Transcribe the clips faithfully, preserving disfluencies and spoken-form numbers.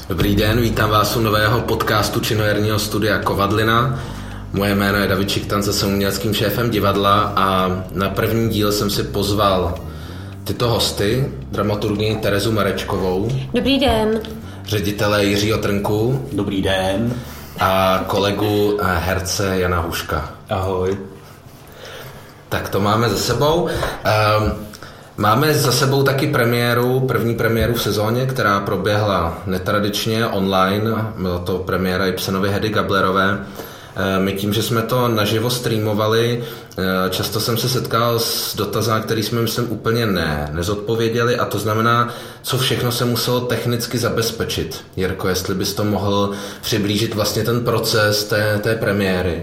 Dobrý den, vítám vás u nového podcastu činoherního studia Kovadlina. Moje jméno je David Šiktance, jsem uměleckým šéfem divadla a na první díl jsem si pozval tyto hosty, dramaturgyni Terezu Marečkovou. Dobrý den. Ředitele Jiřího Trnku. Dobrý den. A kolegu herce Jana Huška. Ahoj. Tak to máme za sebou. Máme za sebou taky premiéru, první premiéru v sezóně, která proběhla netradičně online. Byla to premiéra Ibsenovy Hedy Gablerové. My tím, že jsme to naživo streamovali, často jsem se setkal s dotazem, který jsme, myslím, úplně ne, nezodpověděli, a to znamená, co všechno se muselo technicky zabezpečit. Jirko, jestli bys to mohl přiblížit vlastně ten proces té, té premiéry.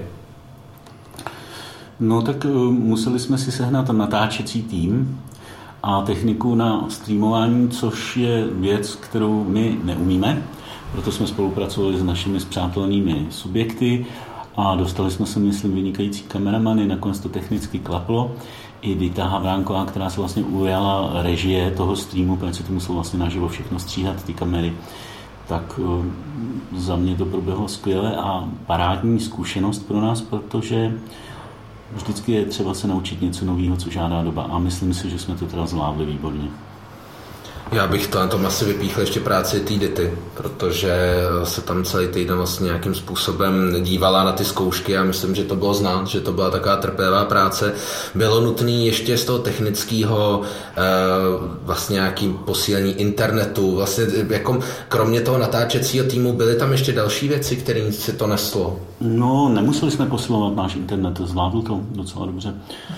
No tak museli jsme si sehnat natáčecí tým a techniku na streamování, což je věc, kterou my neumíme. Proto jsme spolupracovali s našimi spřátelnými subjekty a dostali jsme se, myslím, vynikající kameramany, nakonec to technicky klaplo. I Dita Havránková, která se vlastně ujala režie toho streamu, protože se to muselo vlastně naživo všechno stříhat, ty kamery. Tak za mě to proběhlo skvěle a parádní zkušenost pro nás, protože vždycky je třeba se naučit něco nového, co žádá doba, a myslím si, že jsme to teda zvládli výborně. Já bych to na tom asi vypíchl ještě práci té Dity, protože se tam celý týden vlastně nějakým způsobem dívala na ty zkoušky a myslím, že to bylo znát, že to byla taková trpělivá práce. Bylo nutné ještě z toho technického vlastně nějaký posílení internetu, vlastně jako kromě toho natáčecího týmu byly tam ještě další věci, kterým si to neslo? No, nemuseli jsme posilovat náš internet, zvládl to docela dobře.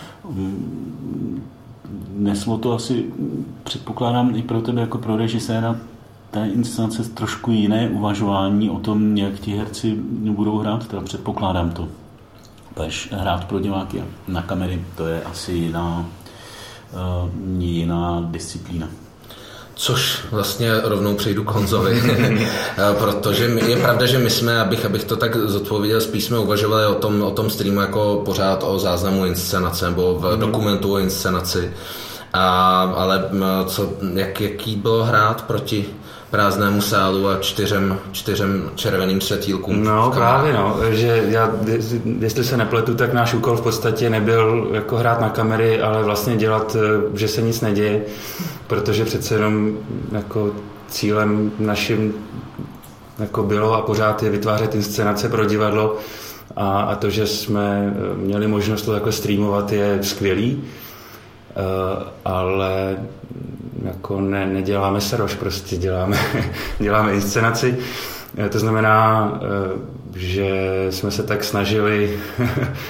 Neslo to asi, předpokládám, i pro tebe jako pro režiséra té inscenace trošku jiné uvažování o tom, jak ti herci budou hrát, teda předpokládám to. Peš hrát pro diváky na kamery, to je asi jiná, uh, jiná disciplína. Což vlastně rovnou přejdu k Honzovi, protože je pravda, že my jsme, abych, abych to tak zodpověděl, spíš jsme uvažovali o tom, o tom streamu jako pořád o záznamu inscenace nebo v dokumentu o inscenaci. A, ale co, jak, jaký bylo hrát proti prázdnému sálu a čtyřem, čtyřem červeným světýlkům? No právě, no, že já, jestli se nepletu, tak náš úkol v podstatě nebyl jako hrát na kamery, ale vlastně dělat, že se nic neděje, protože přece jenom jako cílem naším jako bylo a pořád je vytvářet inscenace pro divadlo a, a to, že jsme měli možnost to takhle streamovat, je skvělý. Uh, ale jako ne, neděláme seroš, prostě děláme, děláme inscenaci. Uh, to znamená, uh, že jsme se tak snažili uh,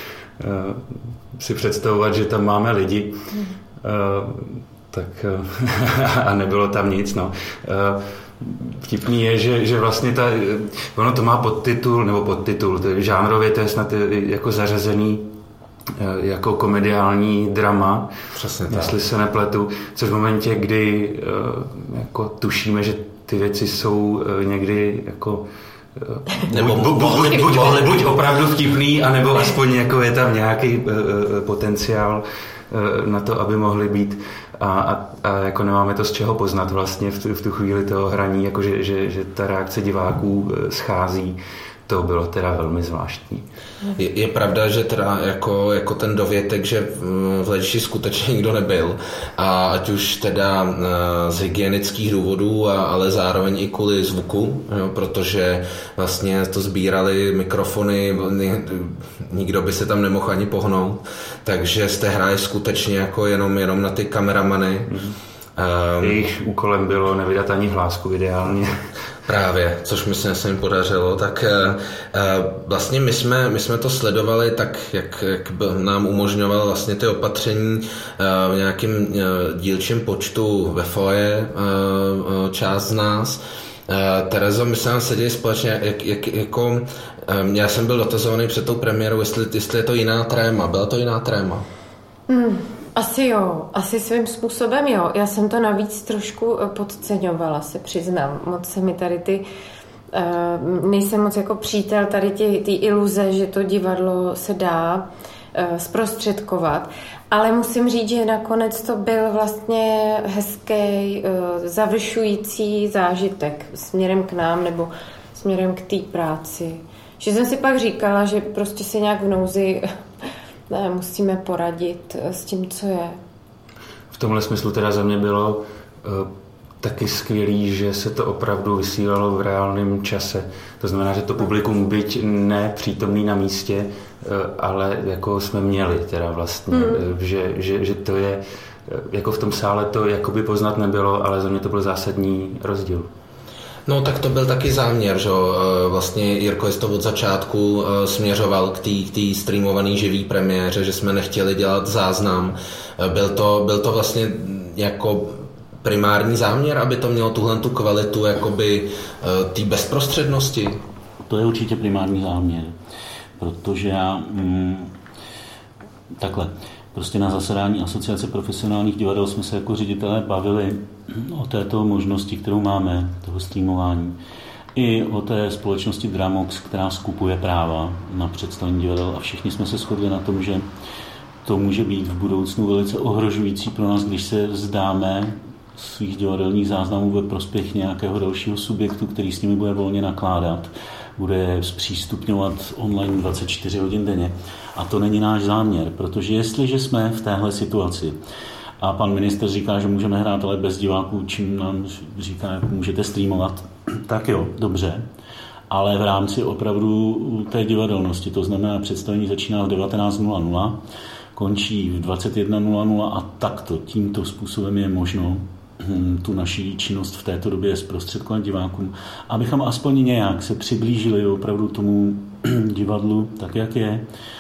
si představovat, že tam máme lidi, uh, tak uh, a nebylo tam nic. No. Uh, Vtipný je, že, že vlastně ta, ono to má podtitul, nebo podtitul, to je žánrově, to je snad jako zařazený jako komediální drama, přesně tak, jestli se nepletu, což v momentě, kdy jako tušíme, že ty věci jsou někdy jako nebo buď, buď, buď, buď opravdu vtipný, anebo aspoň jako je tam nějaký potenciál na to, aby mohly být a, a, a jako nemáme to z čeho poznat vlastně v tu, v tu chvíli toho hraní, jako že, že, že ta reakce diváků schází. To bylo teda velmi zvláštní. Je, je pravda, že teda jako, jako ten dovětek, že v hledišti skutečně nikdo nebyl, a ať už teda z hygienických důvodů, a, ale zároveň i kvůli zvuku, jo, protože vlastně to sbírali mikrofony, nikdo by se tam nemohl ani pohnout, takže jste hráli skutečně jako jenom, jenom na ty kameramany. Mm-hmm. Um, Jejich úkolem bylo nevydat ani hlásku ideálně. Právě, což myslím, že se jim podařilo. Tak uh, vlastně my jsme, my jsme to sledovali tak, jak, jak nám umožňoval vlastně ty opatření uh, v nějakém uh, dílčím počtu ve foje, uh, uh, část z nás. Uh, Terezo, my jsme tam seděli společně, jak, jak, jako, um, já jsem byl dotazovaný před tou premiérou, jestli, jestli je to jiná tréma. Byla to jiná tréma? Hmm. Asi jo, asi svým způsobem jo. Já jsem to navíc trošku podceňovala, se přiznám. Moc se mi tady ty, uh, nejsem moc jako přítel tady ty, ty iluze, že to divadlo se dá zprostředkovat. Ale musím říct, že nakonec to byl vlastně hezký, završující zážitek směrem k nám nebo směrem k té práci. Že jsem si pak říkala, že prostě si nějak v nouzi ne, musíme poradit s tím, co je. V tomhle smyslu teda za mě bylo uh, taky skvělý, že se to opravdu vysílalo v reálném čase. To znamená, že to publikum byť ne přítomný na místě, uh, ale jako jsme měli teda vlastně, hmm. uh, že, že, že to je, uh, jako v tom sále to jakoby poznat nebylo, ale za mě to byl zásadní rozdíl. No tak to byl taky záměr, že vlastně Jirko to od začátku směřoval k té streamované živý premiéře, že jsme nechtěli dělat záznam. Byl to, byl to vlastně jako primární záměr, aby to mělo tuhle tu kvalitu jakoby té bezprostřednosti? To je určitě primární záměr, protože já mm, takhle, prostě na zasedání Asociace profesionálních divadel jsme se jako ředitelé bavili o této možnosti, kterou máme, toho streamování. I o té společnosti Dramox, která skupuje práva na představení divadel a všichni jsme se shodli na tom, že to může být v budoucnu velice ohrožující pro nás, když se vzdáme svých divadelních záznamů ve prospěch nějakého dalšího subjektu, který s nimi bude volně nakládat, bude zpřístupňovat online dvacet čtyři hodin denně. A to není náš záměr, protože jestliže jsme v téhle situaci a pan minister říká, že můžeme hrát ale bez diváků, čím nám říká, jak můžete streamovat, tak jo, dobře, ale v rámci opravdu té divadelnosti, to znamená představení začíná v devatenáct nula nula, končí v dvacet jedna nula nula a takto, tímto způsobem je možno tu naši činnost v této době zprostředkovat divákům, abychom aspoň nějak se přiblížili opravdu tomu divadlu tak, jak je,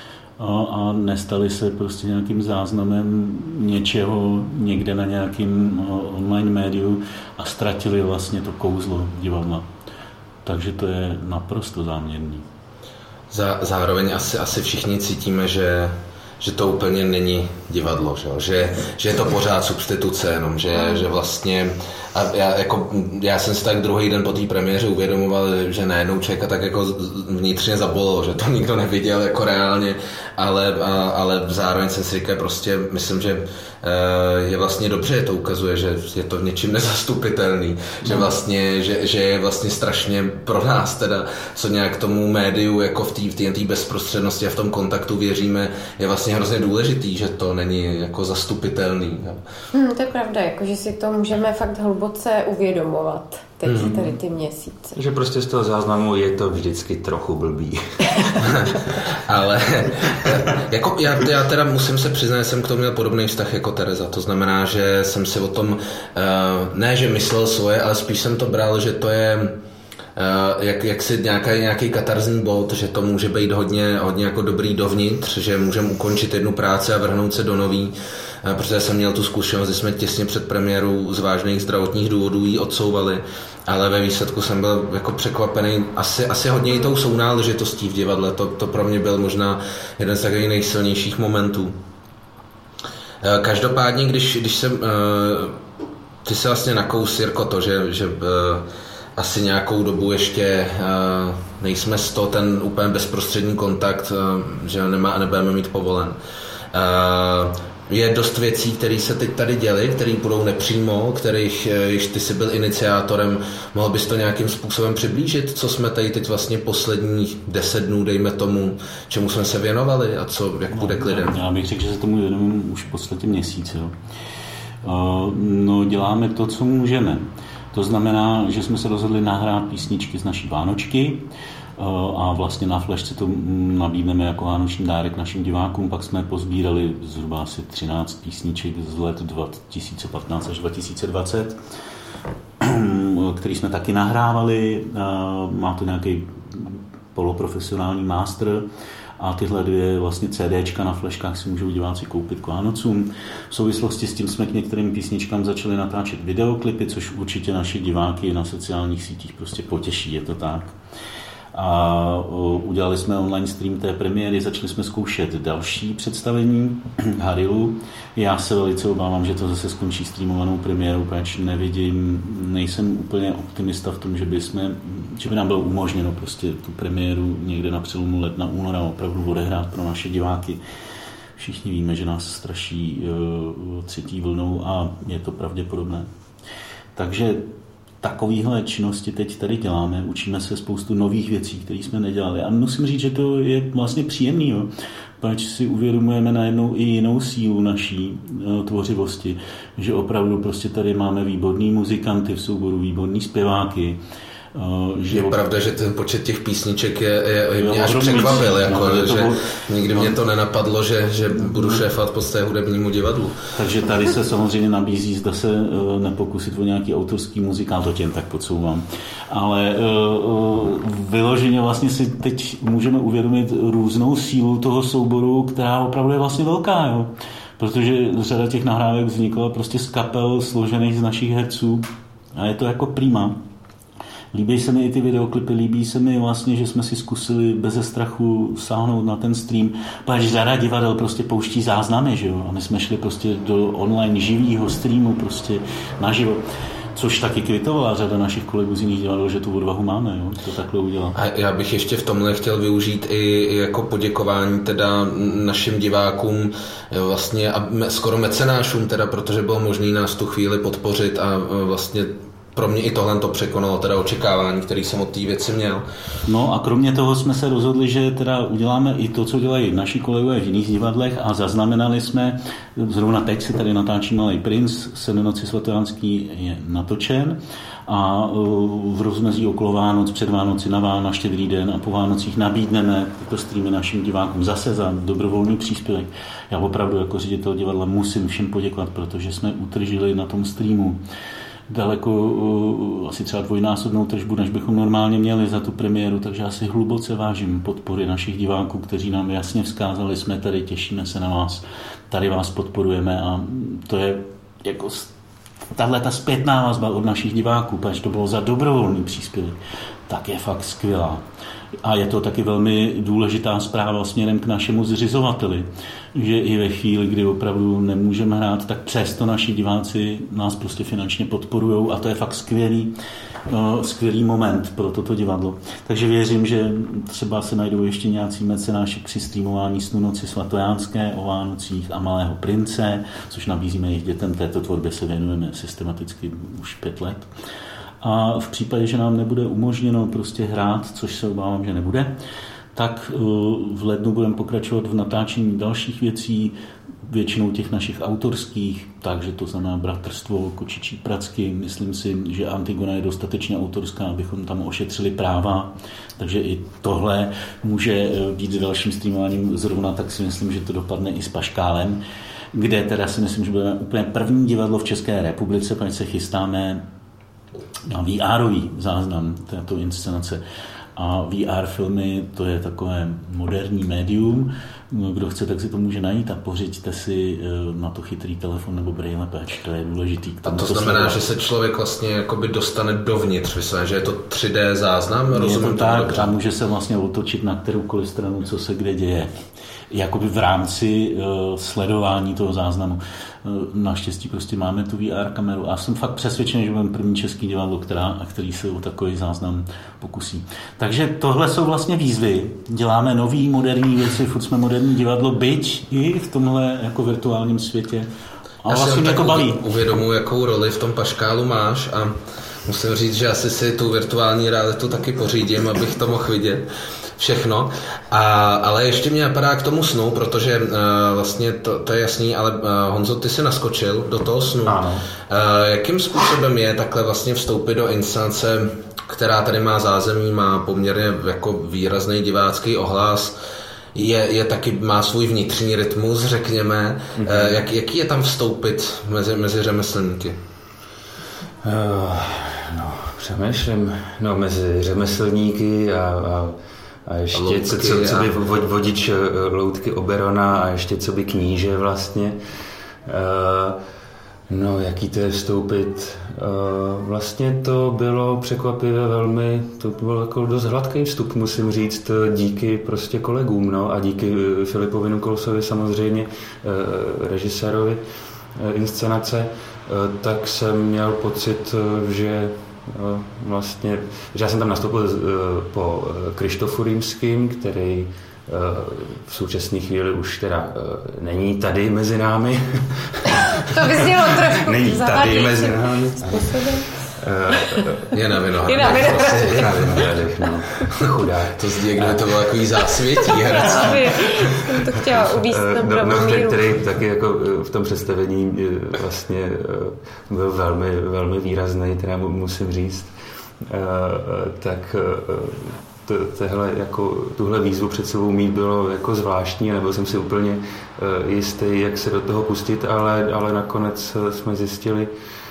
a nestali se prostě nějakým záznamem něčeho někde na nějakým online médiu a ztratili vlastně to kouzlo divadla. Takže to je naprosto záměrný. Zá, zároveň asi, asi všichni cítíme, že že to úplně není divadlo, že, že, že je to pořád substituce jenom, že, že vlastně a já, jako, já jsem si tak druhý den po té premiéře uvědomoval, že najednou člověka tak jako vnitřně zabolilo, že to nikdo neviděl jako reálně, ale, a, ale zároveň jsem si říkal prostě, myslím, že je vlastně dobře, to ukazuje, že je to v něčím nezastupitelný, že vlastně, že, že je vlastně strašně pro nás teda, co nějak tomu médiu jako v té v té bezprostřednosti a v tom kontaktu věříme, je vlastně hrozně důležitý, že to není jako zastupitelný. Hmm, to je pravda, jako, že si to můžeme fakt hluboce uvědomovat teď hmm. tady ty měsíce. Že prostě z toho záznamu je to vždycky trochu blbý. Ale jako já, já teda musím se přiznat, že jsem k tomu měl podobný vztah jako Tereza. To znamená, že jsem si o tom ne, že myslel svoje, ale spíš jsem to bral, že to je jak, jak si nějaký, nějaký katarzní bod, že to může být hodně, hodně jako dobrý dovnitř, že můžeme ukončit jednu práci a vrhnout se do nový, protože jsem měl tu zkušenost, že jsme těsně před premiérou z vážných zdravotních důvodů ji odsouvali, ale ve výsledku jsem byl jako překvapený asi, asi hodně i tou sounáležitostí v divadle, to, to pro mě byl možná jeden z takových nejsilnějších momentů. Každopádně, když, když jsem ty se vlastně nakous, Jirko, to, že, že asi nějakou dobu ještě uh, nejsme z toho ten úplně bezprostřední kontakt, uh, že nemá, nebudeme mít povolen. Uh, je dost věcí, které se teď tady děly, které budou nepřímo, kterých již ty jsi byl iniciátorem. Mohl bys to nějakým způsobem přiblížit, co jsme tady teď vlastně posledních deset dnů, dejme tomu, čemu jsme se věnovali a co, jak bude k lidem? Já bych řekl, že se tomu věnujeme už v podstatě měsíc. Jo. Uh, no, děláme to, co můžeme. To znamená, že jsme se rozhodli nahrát písničky z naší Vánočky a vlastně na flešce to nabídneme jako vánoční dárek našim divákům. Pak jsme pozbírali zhruba asi třináct písniček z let dva tisíce patnáct až dva tisíce dvacet, který jsme taky nahrávali. Má to nějaký poloprofesionální master a tyhle dvě vlastně CDčka na fleškách si můžou diváci koupit k Vánocům. V souvislosti s tím jsme k některým písničkám začali natáčet videoklipy, což určitě naši diváky na sociálních sítích prostě potěší, je to tak. A udělali jsme online stream té premiéry, začali jsme zkoušet další představení Harilu. Já se velice obávám, že to zase skončí streamovanou premiérou, protože nevidím, nejsem úplně optimista v tom, že by, jsme, že by nám bylo umožněno prostě tu premiéru někde na přelomu ledna, února opravdu odehrát pro naše diváky. Všichni víme, že nás straší třetí vlnou a je to pravděpodobné. Takže takovéhle činnosti teď tady děláme, učíme se spoustu nových věcí, které jsme nedělali. A musím říct, že to je vlastně příjemný, jo? Pač si uvědomujeme najednou i jinou sílu naší tvořivosti, že opravdu prostě tady máme výborný muzikanty v souboru, výborný zpěváky. Že je pravda, že ten počet těch písniček je, je, je mě až překvapil, jako, no, že bylo, nikdy no, mě to nenapadlo, že, že budu šéfovat v podstatě hudebnímu divadlu. Takže tady se samozřejmě nabízí, zda se nepokusit o nějaký autorský muzikál, to těm tak podsouvám. Ale vyloženě vlastně si teď můžeme uvědomit různou sílu toho souboru, která opravdu je vlastně velká, jo? Protože řada těch nahrávek vznikla prostě z kapel složených z našich herců a je to jako prima. Líbí se mi i ty videoklipy, líbí se mi vlastně, že jsme si zkusili beze strachu sáhnout na ten stream, protože řada divadel prostě pouští záznamy, že jo, a my jsme šli prostě do online živýho streamu prostě naživo, což taky kvitovala řada našich kolegů z jiných divadel, že tu odvahu máme, jo, to takhle udělat. A já bych ještě v tomhle chtěl využít i jako poděkování teda našim divákům vlastně a skoro mecenášům teda, protože bylo možné nás tu chvíli podpořit a vlastně pro mě i tohle to překonalo teda očekávání, který jsem od té věci měl. No a kromě toho jsme se rozhodli, že teda uděláme i to, co dělají naši kolegové v jiných divadlech a zaznamenali jsme, zrovna teď se tady natáčí Malý princ, Sedm noci svatojánský je natočen a v rozmezí okolo Vánoc, před Vánoci, na Vánoc, na Štědrý den a po Vánocích nabídneme tyto streamy našim divákům zase za dobrovolný příspěvek. Já opravdu jako ředitel divadla musím všem poděkovat, protože jsme utržili na tom streamu daleko asi třeba dvojnásobnou tržbu, než bychom normálně měli za tu premiéru, takže já si hluboce vážím podpory našich diváků, kteří nám jasně vzkázali, jsme tady, těšíme se na vás, tady vás podporujeme a to je jako tahle ta zpětná vazba od našich diváků, protože to bylo za dobrovolný příspěvek, tak je fakt skvělá. A je to taky velmi důležitá zpráva směrem k našemu zřizovateli, že i ve chvíli, kdy opravdu nemůžeme hrát, tak přesto naši diváci nás prostě finančně podporujou a to je fakt skvělý, skvělý moment pro toto divadlo. Takže věřím, že třeba se najdou ještě nějací mecenáši při streamování Snu noci svatojánské, o Vánocích a Malého prince, což nabízíme jejich dětem. Této tvorbě se věnujeme systematicky už pět let. A v případě, že nám nebude umožněno prostě hrát, což se obávám, že nebude, tak v lednu budeme pokračovat v natáčení dalších věcí, většinou těch našich autorských, takže to znamená Bratrstvo, Kočičí pracky. Myslím si, že Antigona je dostatečně autorská, abychom tam ošetřili práva, takže i tohle může být dalším streamováním zrovna, tak si myslím, že to dopadne i s Paškálem, kde teda si myslím, že budeme úplně první divadlo v České republice, protože se chystáme na V R-ový záznam této inscenace. A V R filmy, to je takové moderní médium. Kdo chce, tak si to může najít a pořiďte si na to chytrý telefon nebo braille patch, to je důležitý. A to, to znamená, že se člověk vlastně jakoby dostane dovnitř, myslím, že je to tři dé záznam? Je to tak a může se vlastně otočit na kteroukoliv stranu, co se kde děje. Jakoby v rámci uh, sledování toho záznamu. Uh, naštěstí prostě máme tu V R kameru a jsem fakt přesvědčený, že budeme první český divadlo, která, který se o takový záznam pokusí. Takže tohle jsou vlastně výzvy. Děláme nový moderní věci, furt jsme moderní divadlo, byť i v tomhle jako virtuálním světě. A já vlastně si jako baví. Uvědomuji, jakou roli v tom Paškálu máš a musím říct, že asi si tu virtuální realitu taky pořídím, abych to mohl vidět. Všechno. A, ale ještě mě napadá k tomu snu, protože uh, vlastně to, to je jasný, ale uh, Honzo, ty jsi naskočil do toho snu. Uh, jakým způsobem je takhle vlastně vstoupit do inscenace, která tady má zázemí, má poměrně jako výrazný divácký ohlas, je, je taky, má svůj vnitřní rytmus, řekněme. Mm-hmm. Uh, jak, jaký je tam vstoupit mezi, mezi řemeslníky? Uh, no, přemýšlím. No, mezi řemeslníky a... a A ještě loutky, co, co, co by vodič loutky Oberona a ještě co by kníže vlastně. No, jaký to je vstoupit? Vlastně to bylo překvapivě velmi, to byl jako dost hladký vstup, musím říct, díky prostě kolegům, no, a díky Filipovi Nukolsovi samozřejmě, režisérovi inscenace, tak jsem měl pocit, že vlastně, že já jsem tam nastoupil po Krištofu Rýmským, který v současné chvíli už teda není tady mezi námi. To by znělo trošku není tady mezi námi. Je na Vinohradech. Je na Vinohradech. Je na Vinohradech, no. Chudák. To zdi, kdyby to bylo takový zásvětí herecký. Právě jsem to chtěla uvíct na pravou no, míru. který taky jako v tom představení vlastně byl velmi, velmi výrazný, teda musím říct. Tak tehle, jako, tuhle výzvu před sebou mít bylo jako zvláštní, nebyl jsem si úplně jistý, jak se do toho pustit, ale, ale nakonec jsme zjistili,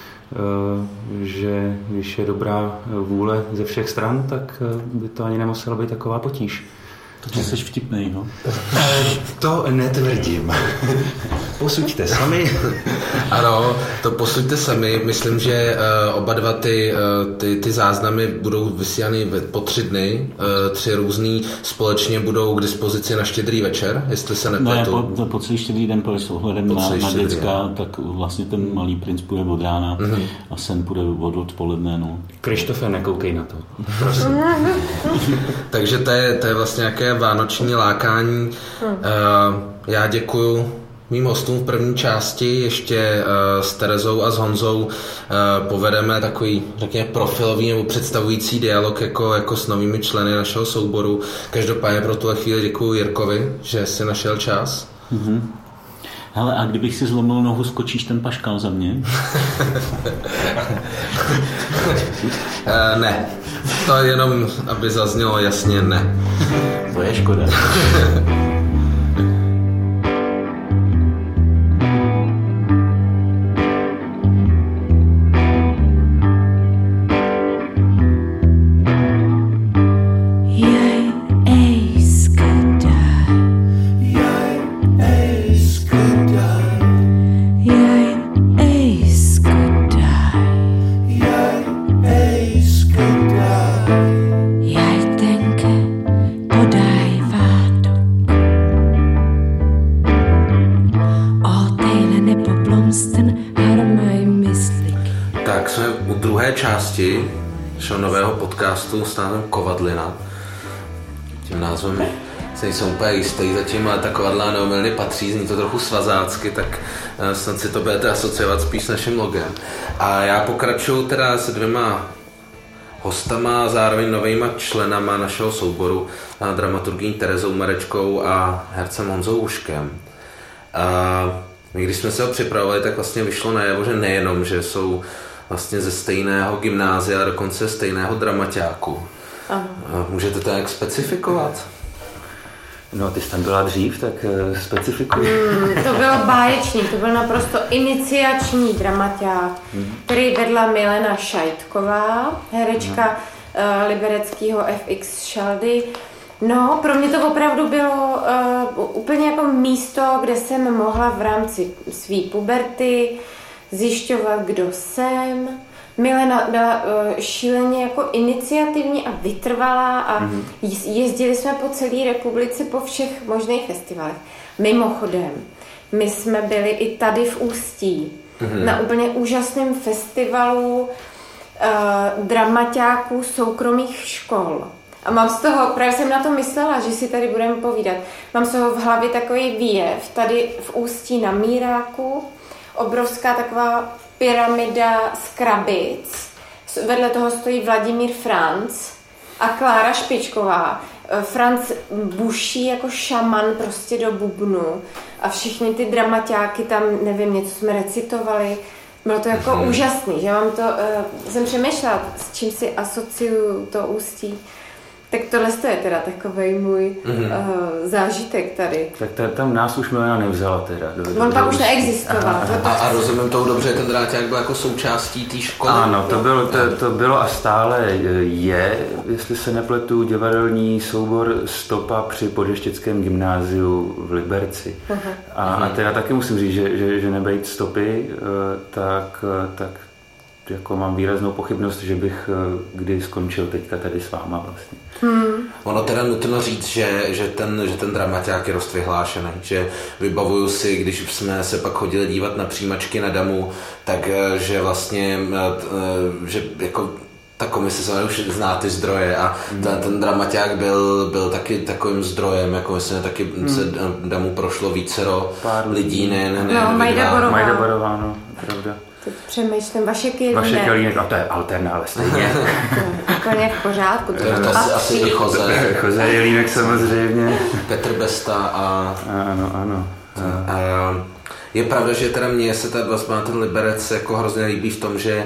že když je dobrá vůle ze všech stran, tak by to ani nemusela být taková potíž. Takže jsi vtipnej, no? To netvrdím. Posuďte sami. Ano, to posuďte sami. Myslím, že uh, oba dva ty, uh, ty, ty záznamy budou vysílány po tři dny. Uh, tři různý společně budou k dispozici na Štědrý večer, jestli se nepletu. Ne, po, po celý Štědrý den, protože s ohledem na, na děcka, tak vlastně ten Malý princ půjde od rána mm-hmm. a Sen půjde od odpoledne. No. Krištofe, nekoukej na to. Prosím. Takže to je, to je vlastně nějaké vánoční lákání. Hmm. Já děkuju mým hostům v první části. Ještě s Terezou a s Honzou povedeme takový, řekněme, profilový nebo představující dialog jako, jako s novými členy našeho souboru. Každopádně pro tuhle chvíli děkuju Jirkovi, že si našel čas. Mm-hmm. Hele, a kdybych si zlomil nohu, skočíš ten paškal za mě? uh, ne. To jenom, aby zaznělo jasně ne. To je škoda. části našeho nového podcastu s názvem Kovadlina. Tím názvem se nejsem úplně jistý zatím, ale ta kovadla neomylně patří, zní to trochu svazácky, tak snad si to budete asociovat spíš s naším logem. A já pokračuju teda se dvěma hostama, zároveň novejma členama našeho souboru, dramaturgyní Terezou Marečkou a hercem Honzou Uškem. A my, když jsme se ho připravovali, tak vlastně vyšlo najevo, že nejenom, že jsou vlastně ze stejného gymnázia a dokonce stejného dramaťáku. Aha. Můžete to jak specifikovat? No, ty jsi tam byla dřív, tak uh, specifikuj. Mm, to bylo báječný, to byl naprosto iniciační dramaťák, mm. který vedla Milena Šajtková, herečka mm. uh, libereckého F X Šaldy. No, pro mě to opravdu bylo uh, úplně jako místo, kde jsem mohla v rámci své puberty zjišťovat, kdo jsem. Milena byla uh, šíleně jako iniciativní a vytrvalá a mm. jezdili jsme po celé republice po všech možných festivalech. Mimochodem, my jsme byli i tady v Ústí mm. na úplně úžasném festivalu uh, dramaťáků soukromých škol. A mám z toho, právě jsem na to myslela, že si tady budeme povídat, mám z toho v hlavě takový výjev, tady v Ústí na Míráku, obrovská taková pyramida z krabic, vedle toho stojí Vladimír Franc a Klára Špičková. Franc buší jako šaman prostě do bubnu a všichni ty dramaťáky tam, nevím, něco jsme recitovali. Bylo to jako mm-hmm. úžasný, že mám to, uh, jsem přemýšlela, s čím si asociuju to Ústí. Tak tohle je teda takovej můj mm-hmm. uh, zážitek tady. Tak t- tam nás už Milena nevzala teda. Do, On pak už neexistoval. A, a rozumím tomu dobře, ten dráťák byl jako součástí té školy? Ano, to bylo, to, to bylo a stále je, jestli se nepletu, divadelní soubor Stopa při Podještěckém gymnáziu v Liberci. Uh-huh. A, a teda taky musím říct, že, že, že nebejt Stopy, tak, tak jako mám výraznou pochybnost, že bych kdy skončil teďka tady s váma vlastně. Hmm. Ono teda nutno říct, že, že ten, že ten dramaťák je dost vyhlášený, že vybavuju si, když jsme se pak chodili dívat na přijímačky na Damu, tak že vlastně, že jako ta komise samozřejmě už zná ty zdroje a ten, ten dramaťák byl, byl taky takovým zdrojem, jako myslím, taky hmm. se damu prošlo vícero Pár lidí, ne, ne, ne, no, Majda Borová. Majda Borová, no, pravda. Teď přemýšlím, Vašek Jelínek. Vašek Jelínek, a to je alterna, ale stejně. Úplně v pořádku. To, to asi, asi i Choze. Choze Jelínek samozřejmě. Petr Besta a... Ano, ano. A, a je pravda, že teda mně se ta vlastně ten Liberec jako hrozně líbí v tom, že e,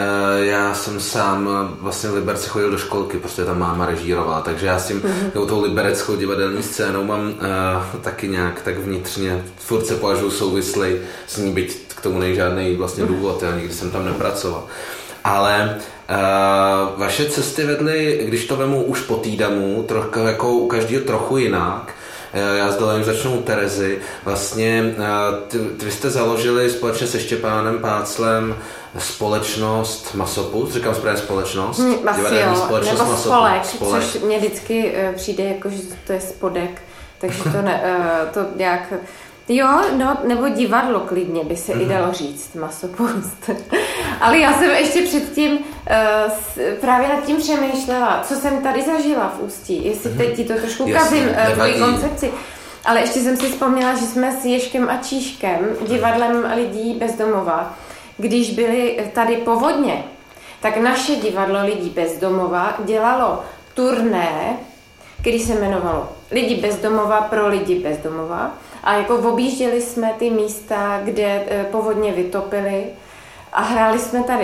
já jsem sám vlastně v Liberci chodil do školky, protože tam máma režírovala, takže já s tím mm-hmm. tou libereckou divadelní scénou mám e, taky nějak tak vnitřně, furt se považuji souvislej s ní, byť k tomu nej žádný vlastně důvod, já nikdy jsem tam nepracoval. Ale uh, vaše cesty vedly, když to vemu už po týdamu, trochu, jako u každého trochu jinak. Uh, já s dovolením začnu u Terezy. Vlastně uh, ty, ty jste založili společně se Štěpánem Páclem společnost Masopust, říkám správně společnost? Hmm, asi jo, společnost nebo spolek, spolek, což mě vždycky uh, přijde jako, že to je spodek, takže to, ne, uh, to nějak... Jo, no, nebo divadlo klidně by se mm. i dalo říct, Masopust. Ale já jsem ještě předtím uh, právě nad tím přemýšlela, co jsem tady zažila v Ústí, jestli mm. teď ti to trošku kazím, uh, tvoji koncepci. Ale ještě jsem si vzpomněla, že jsme s Ježkem a Číškem, divadlem lidí bez domova, když byly tady povodně, tak naše divadlo lidí bez domova dělalo turné, který se jmenovalo Lidi bez domova pro lidi bez domova. A jako objížděli jsme ty místa, kde povodně vytopily a hráli jsme tady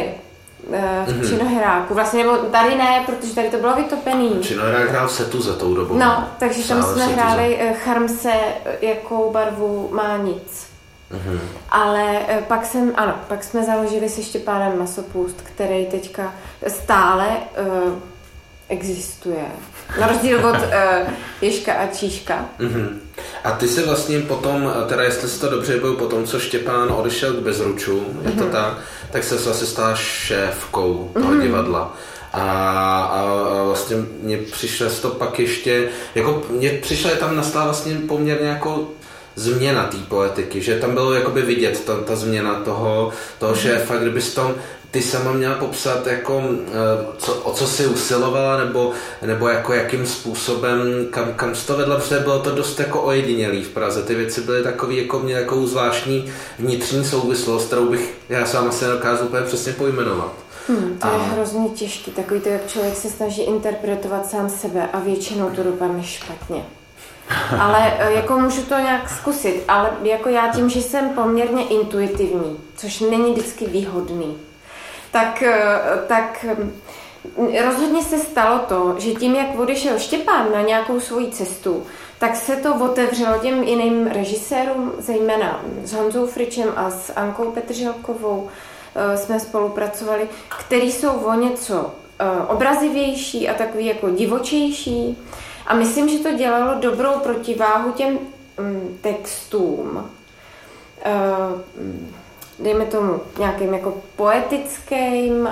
v Činohráku. Vlastně nebo tady ne, protože tady to bylo vytopený. Činohrák hrál v Setuze tou dobou. No, takže tam jsme hráli Charmse, jakou barvu má nic. Uhum. Ale pak jsem, ano, pak jsme založili se Štěpánem Masopust, který teďka stále uh, existuje. Na rozdíl od uh, Ježka a Číška. Mm-hmm. A ty se vlastně potom, teda jestli si to dobře byl, potom co Štěpán odešel k Bezručům, mm-hmm. je to tak, tak se vlastně stala šéfkou toho mm-hmm. divadla. A, a, a vlastně mně přišlo to pak ještě, jako mně přišlo, že tam nastala vlastně poměrně jako změna té poetiky, že tam bylo jakoby vidět ta, ta změna toho, toho mm-hmm. šéfa, kdybys to ty sama měla popsat, jako, co, o co jsi usilovala, nebo, nebo jako jakým způsobem, kam, kam jsi to vedla, protože bylo to dost jako ojedinělý v Praze. Ty věci byly takový, jako mě takovou zvláštní vnitřní souvislost, kterou bych já sám asi nedokázal úplně přesně pojmenovat. Hmm, to a... je hrozně těžký, takový to, jak člověk se snaží interpretovat sám sebe a většinou to dopadne špatně. Ale jako můžu to nějak zkusit, ale jako já tím, že jsem poměrně intuitivní, což není vždycky výhodný, tak, tak rozhodně se stalo to, že tím, jak odešel Štěpán na nějakou svoji cestu, tak se to otevřelo těm jiným režisérům, zejména s Honzou Fričem a s Ankou Petrželkovou jsme spolupracovali, který jsou o něco obrazivější a takový jako divočejší. A myslím, že to dělalo dobrou protiváhu těm textům. Dejme tomu nějakým jako poetickým,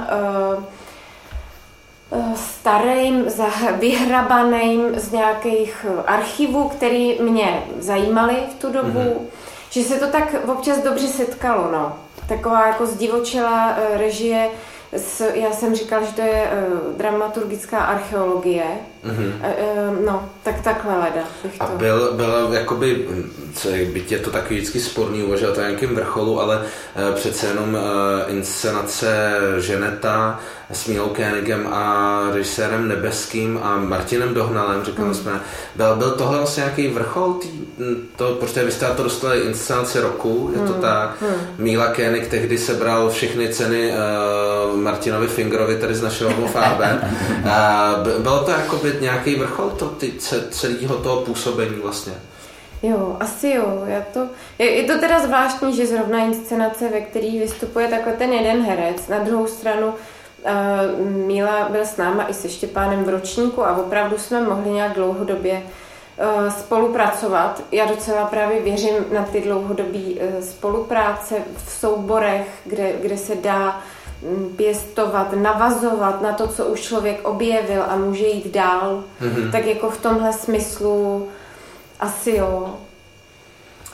starým, vyhrabaným z nějakých archivů, který mě zajímaly v tu dobu, mm-hmm. že se to tak občas dobře setkalo, no. Taková jako zdivočelá režie, s, já jsem říkal, že to je uh, dramaturgická archeologie, mm-hmm. uh, uh, no, tak takhle leda bych to... A byl, byl jakoby, co je, byť je to takový vždycky sporný uvažovat o nějakém vrcholu, ale uh, přece jenom uh, inscenace Ženeta s Mílou Koenigem a režisérem Nebeským a Martinem Dohnalem, řekli mm. jsme, byl, byl tohle vlastně nějaký vrchol, tý, to, protože vy jste to dostali inscenaci roku, je to mm. tak, mm. Míla Koenig tehdy sebral všechny ceny uh, Martinovi Fingerovi, tady z našeho Homo Faber. uh, bylo to jakoby nějaký vrchol to, ty, celého toho působení vlastně? Jo, asi jo. Já to, je, je to teda zvláštní, že zrovna inscenace, ve který vystupuje takhle ten jeden herec, na druhou stranu Uh, Míla byl s náma i se Štěpánem v ročníku a opravdu jsme mohli nějak dlouhodobě uh, spolupracovat. Já docela právě věřím na ty dlouhodobé uh, spolupráce v souborech, kde, kde se dá um, pěstovat, navazovat na to, co už člověk objevil a může jít dál. Mm-hmm. Tak jako v tomhle smyslu asi jo.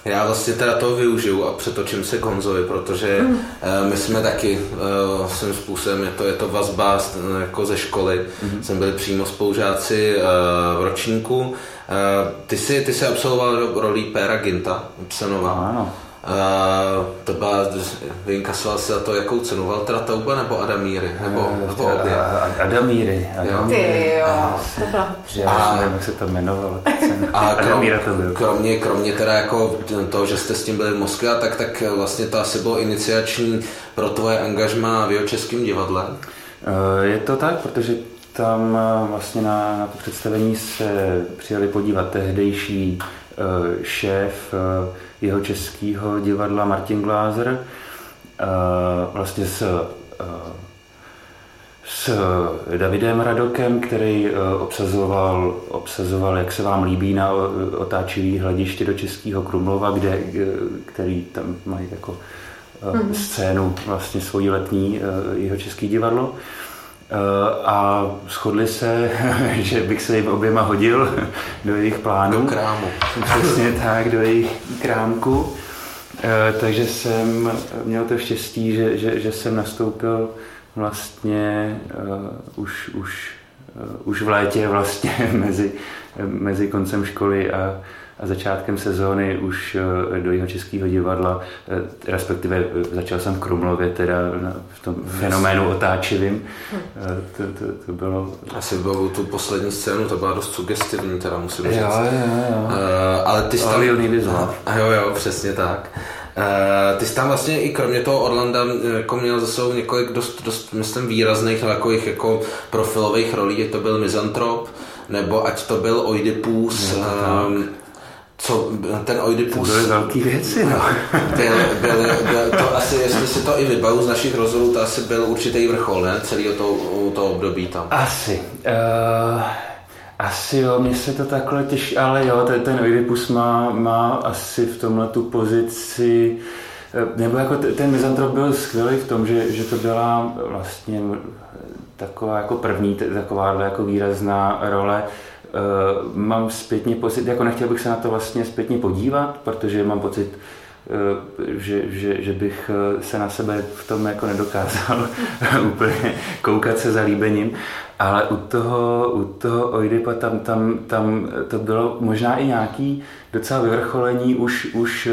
Já vlastně teda toho využiju a přetočím se konzoli, protože mm. my jsme taky uh, svým způsobem, je to, je to vazba jako ze školy, mm. jsme byli přímo spolužáci uh, v ročníku. Uh, ty jsi, ty jsi absolvoval rolí Péra Ginta, Ibsenova. Ano. Uh, to byla, vyinkasoval si za to jakou cenu, Waltera Tauba nebo Adamíry? Nebo, nebo obě? Adamíry. Ty jo, to byla. Já nevím, jak se to jmenovalo. A krom, kromě, kromě teda jako toho, že jste s tím byli v Moskvě, tak, tak vlastně to asi bylo iniciační pro tvoje angažmá v Jihočeském divadle? Je to tak, protože tam vlastně na, na to představení se přijeli podívat tehdejší šéf Jihočeského divadla Martin Glázer vlastně s, s Davidem Radokem, který obsazoval, obsazoval, jak se vám líbí, na otáčivý hlediště do Českého Krumlova, kde, který tam mají jako mm. scénu vlastně svojí letní Jihočeský divadlo. A shodli se, že bych se jim oběma hodil do jejich plánu. Do krámu. Přesně tak, do jejich krámku. Takže jsem měl to štěstí, že, že, že jsem nastoupil vlastně uh, už, už, uh, už v létě vlastně mezi, mezi koncem školy a, a začátkem sezóny už uh, do Jihočeského divadla, uh, respektive začal jsem v Krumlově, teda v tom fenoménu otáčivým. Uh, to, to, to bylo... Asi bylo tu poslední scénu, to byla dost sugestivní, teda musím říct. Jo, jo, jo. Uh, ale ty jsi tam... A jo, jo, přesně tak. Uh, ty jsi tam vlastně i kromě toho Orlanda jako měl za sebou několik dost, dost myslím výrazných takových jako profilových rolí, ať to byl Mizantrop, nebo ať to byl Oidipus. No, um, co ten Oidipus... To byly velký věci, no. Byl, byl, byl, to asi, jestli si to i vybavu z našich rozhovorů, to asi byl určitý vrchol, ne? Celého toho, toho období tam. Asi. Uh... Asi jo, mně se to takhle těžší, ale jo, ten, ten Oidipus má, má asi v tomhle tu pozici, nebo jako ten Mizantrop byl skvělý v tom, že, že to byla vlastně taková jako první, taková jako výrazná role. Uh, mám zpětně pocit, jako nechtěl bych se na to vlastně zpětně podívat, protože mám pocit, uh, že, že, že bych se na sebe v tom jako nedokázal úplně koukat se zalíbením. Ale u toho, u toho Oidipa tam, tam, tam to bylo možná i nějaký docela vyvrcholení, už, už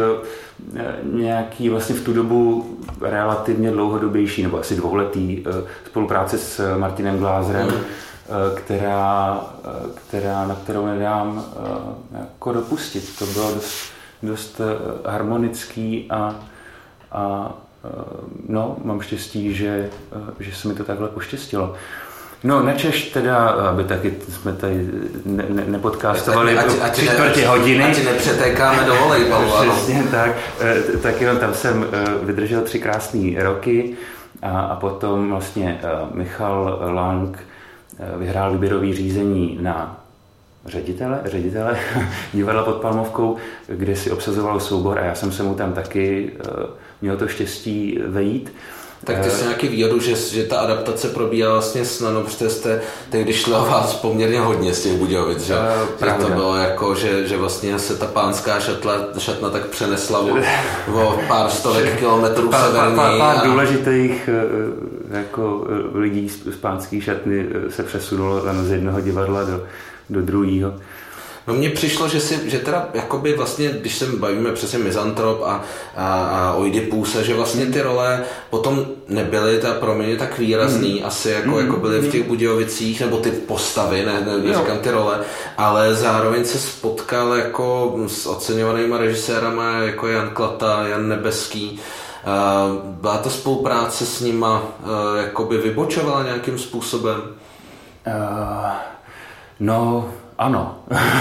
nějaký vlastně v tu dobu relativně dlouhodobější, nebo asi dvouletý spolupráce s Martinem Glázerem, mm. která, která, na kterou nedám jako dopustit. To bylo dost, dost harmonický a, a no, mám štěstí, že, že se mi to takhle poštěstilo. No, načež teda, aby taky jsme tady ne, ne, nepodcastovali tři čtvrtě hodiny. Ať nepřetékáme do volejbalu. Přesně tak. Tak jenom tam jsem vydržel tři krásné roky a, a potom vlastně Michal Lang vyhrál výběrové řízení na ředitele, ředitele divadla pod Palmovkou, kde si obsazoval soubor a já jsem se mu tam taky měl to štěstí vejít. Tak ty jsi nějaký výhodu, že, že ta adaptace probíhá vlastně snadno, protože jste tehdy šli o vás poměrně hodně z těch Budějovic, že? Že to bylo jako, že, že vlastně se ta pánská šatla, šatna tak přenesla o, o pár stovek kilometrů severní. Pár, pár, pár důležitých jako lidí z, z pánské šatny se přesunulo z jednoho divadla do, do druhého. No mně přišlo, že, si, že teda jakoby vlastně, když se bavíme přesně Mizantrop a, a, a Oidipus, že vlastně ty role potom nebyly ta proměny tak výrazný, mm. asi jako, mm. jako byly v těch Budějovicích, nebo ty postavy, ne, ne říkám ty role, ale zároveň se spotkal jako s oceňovanýma režisérama, jako Jan Klata, Jan Nebeský. Byla ta spolupráce s nima jakoby vybočovala nějakým způsobem? Uh, no... Ano,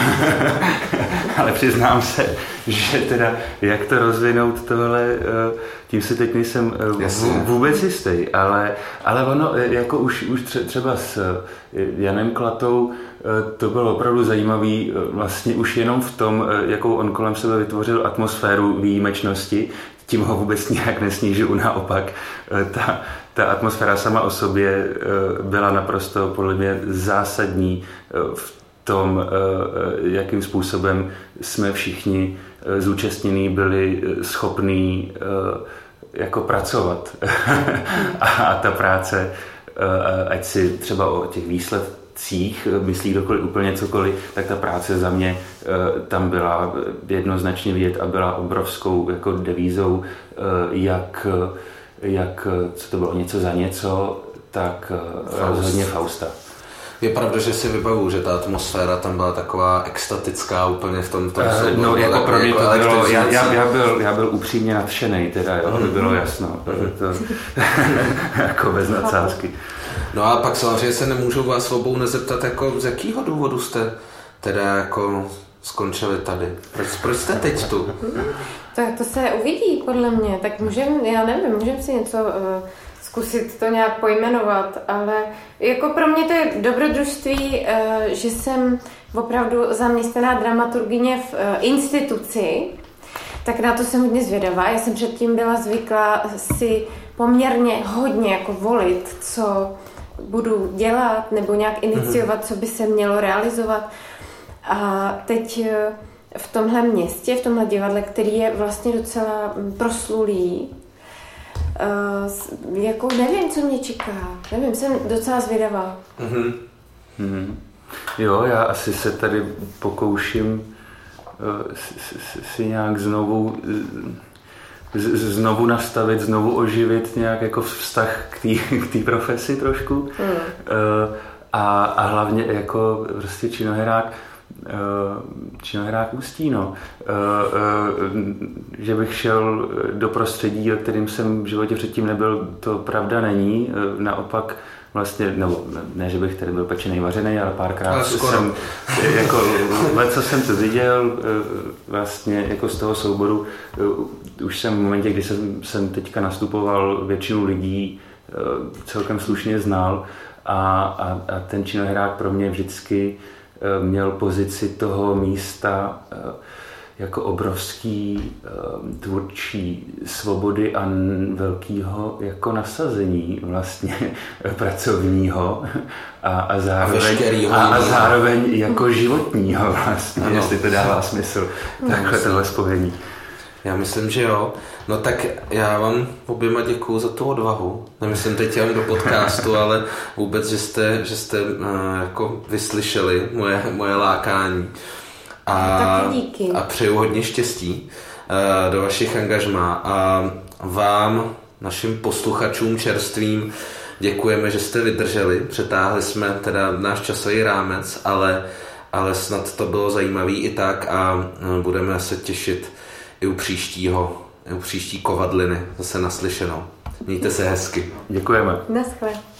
ale přiznám se, že teda jak to rozvinout tohle, tím si teď nejsem vůbec jistý, ale, ale ono jako už, už třeba s Janem Klatou to bylo opravdu zajímavý vlastně už jenom v tom, jakou on kolem sebe vytvořil atmosféru výjimečnosti, tím ho vůbec nějak nesnížil, naopak. Ta, ta atmosféra sama o sobě byla naprosto podle mě zásadní v tom, jakým způsobem jsme všichni zúčastnění byli schopní jako pracovat. A ta práce, ať si třeba o těch výsledcích myslí kdokoliv úplně cokoliv, tak ta práce za mě tam byla jednoznačně vidět a byla obrovskou jako devízou, jak, jak co to bylo, něco za něco, tak Faust. Rozhodně Fausta. Je pravda, že si vybavuju, že ta atmosféra tam byla taková extatická úplně v tom, tom souboru. No, jako pro mě to bylo, já, já, já, byl, já byl upřímně nadšenej, teda, jo, aby bylo jasno, mm. to, jako bez nadsázky. No a pak samozřejmě se nemůžu vás obou nezeptat, jako z jakého důvodu jste teda jako skončili tady? Proč, proč jste teď tu? To, to se uvidí, podle mě, tak můžem, já nevím, můžem si něco... Uh... zkusit to nějak pojmenovat, ale jako pro mě to je dobrodružství, že jsem opravdu zaměstnaná dramaturgyně v instituci, tak na to jsem hodně zvědavá. Já jsem předtím byla zvyklá si poměrně hodně jako volit, co budu dělat nebo nějak iniciovat, co by se mělo realizovat. A teď v tomhle městě, v tomhle divadle, který je vlastně docela proslulý, Uh, jako nevím, co mě čeká. Nevím, jsem docela zvědavá. Mm-hmm. Mm-hmm. Jo, já asi se tady pokouším uh, si, si, si nějak znovu z, znovu nastavit, znovu oživit nějak jako vztah k té profesi trošku. Mm. Uh, a, a hlavně jako prostě činoherák činoherák Ústí, no. Že bych šel do prostředí, o kterým jsem v životě předtím nebyl, to pravda není. Naopak vlastně, nebo ne, že bych tady byl pečenej, vařenej, ale párkrát jsem, jako, co jsem to viděl, vlastně jako z toho souboru, už jsem v momentě, kdy jsem, jsem teďka nastupoval, většinu lidí celkem slušně znal a, a, a ten činoherák pro mě vždycky měl pozici toho místa jako obrovský tvůrčí svobody a velkého jako nasazení vlastně pracovního a, a zároveň, a, a zároveň jako životního vlastně, ano. Jestli to dává smysl, takhle tohle spojení. Já myslím, že jo. No tak já vám oběma děkuju za tu odvahu. Nemyslím teď jen do podcastu, ale vůbec, že jste, že jste uh, jako vyslyšeli moje, moje lákání. A, a přeju hodně štěstí uh, do vašich angažmá. A vám, našim posluchačům čerstvým, děkujeme, že jste vydrželi. Přetáhli jsme teda náš časový rámec, ale, ale snad to bylo zajímavý i tak a uh, budeme se těšit i u příštího, i u příští kovadliny zase naslyšenou. Mějte se hezky. Děkujeme. Naschle.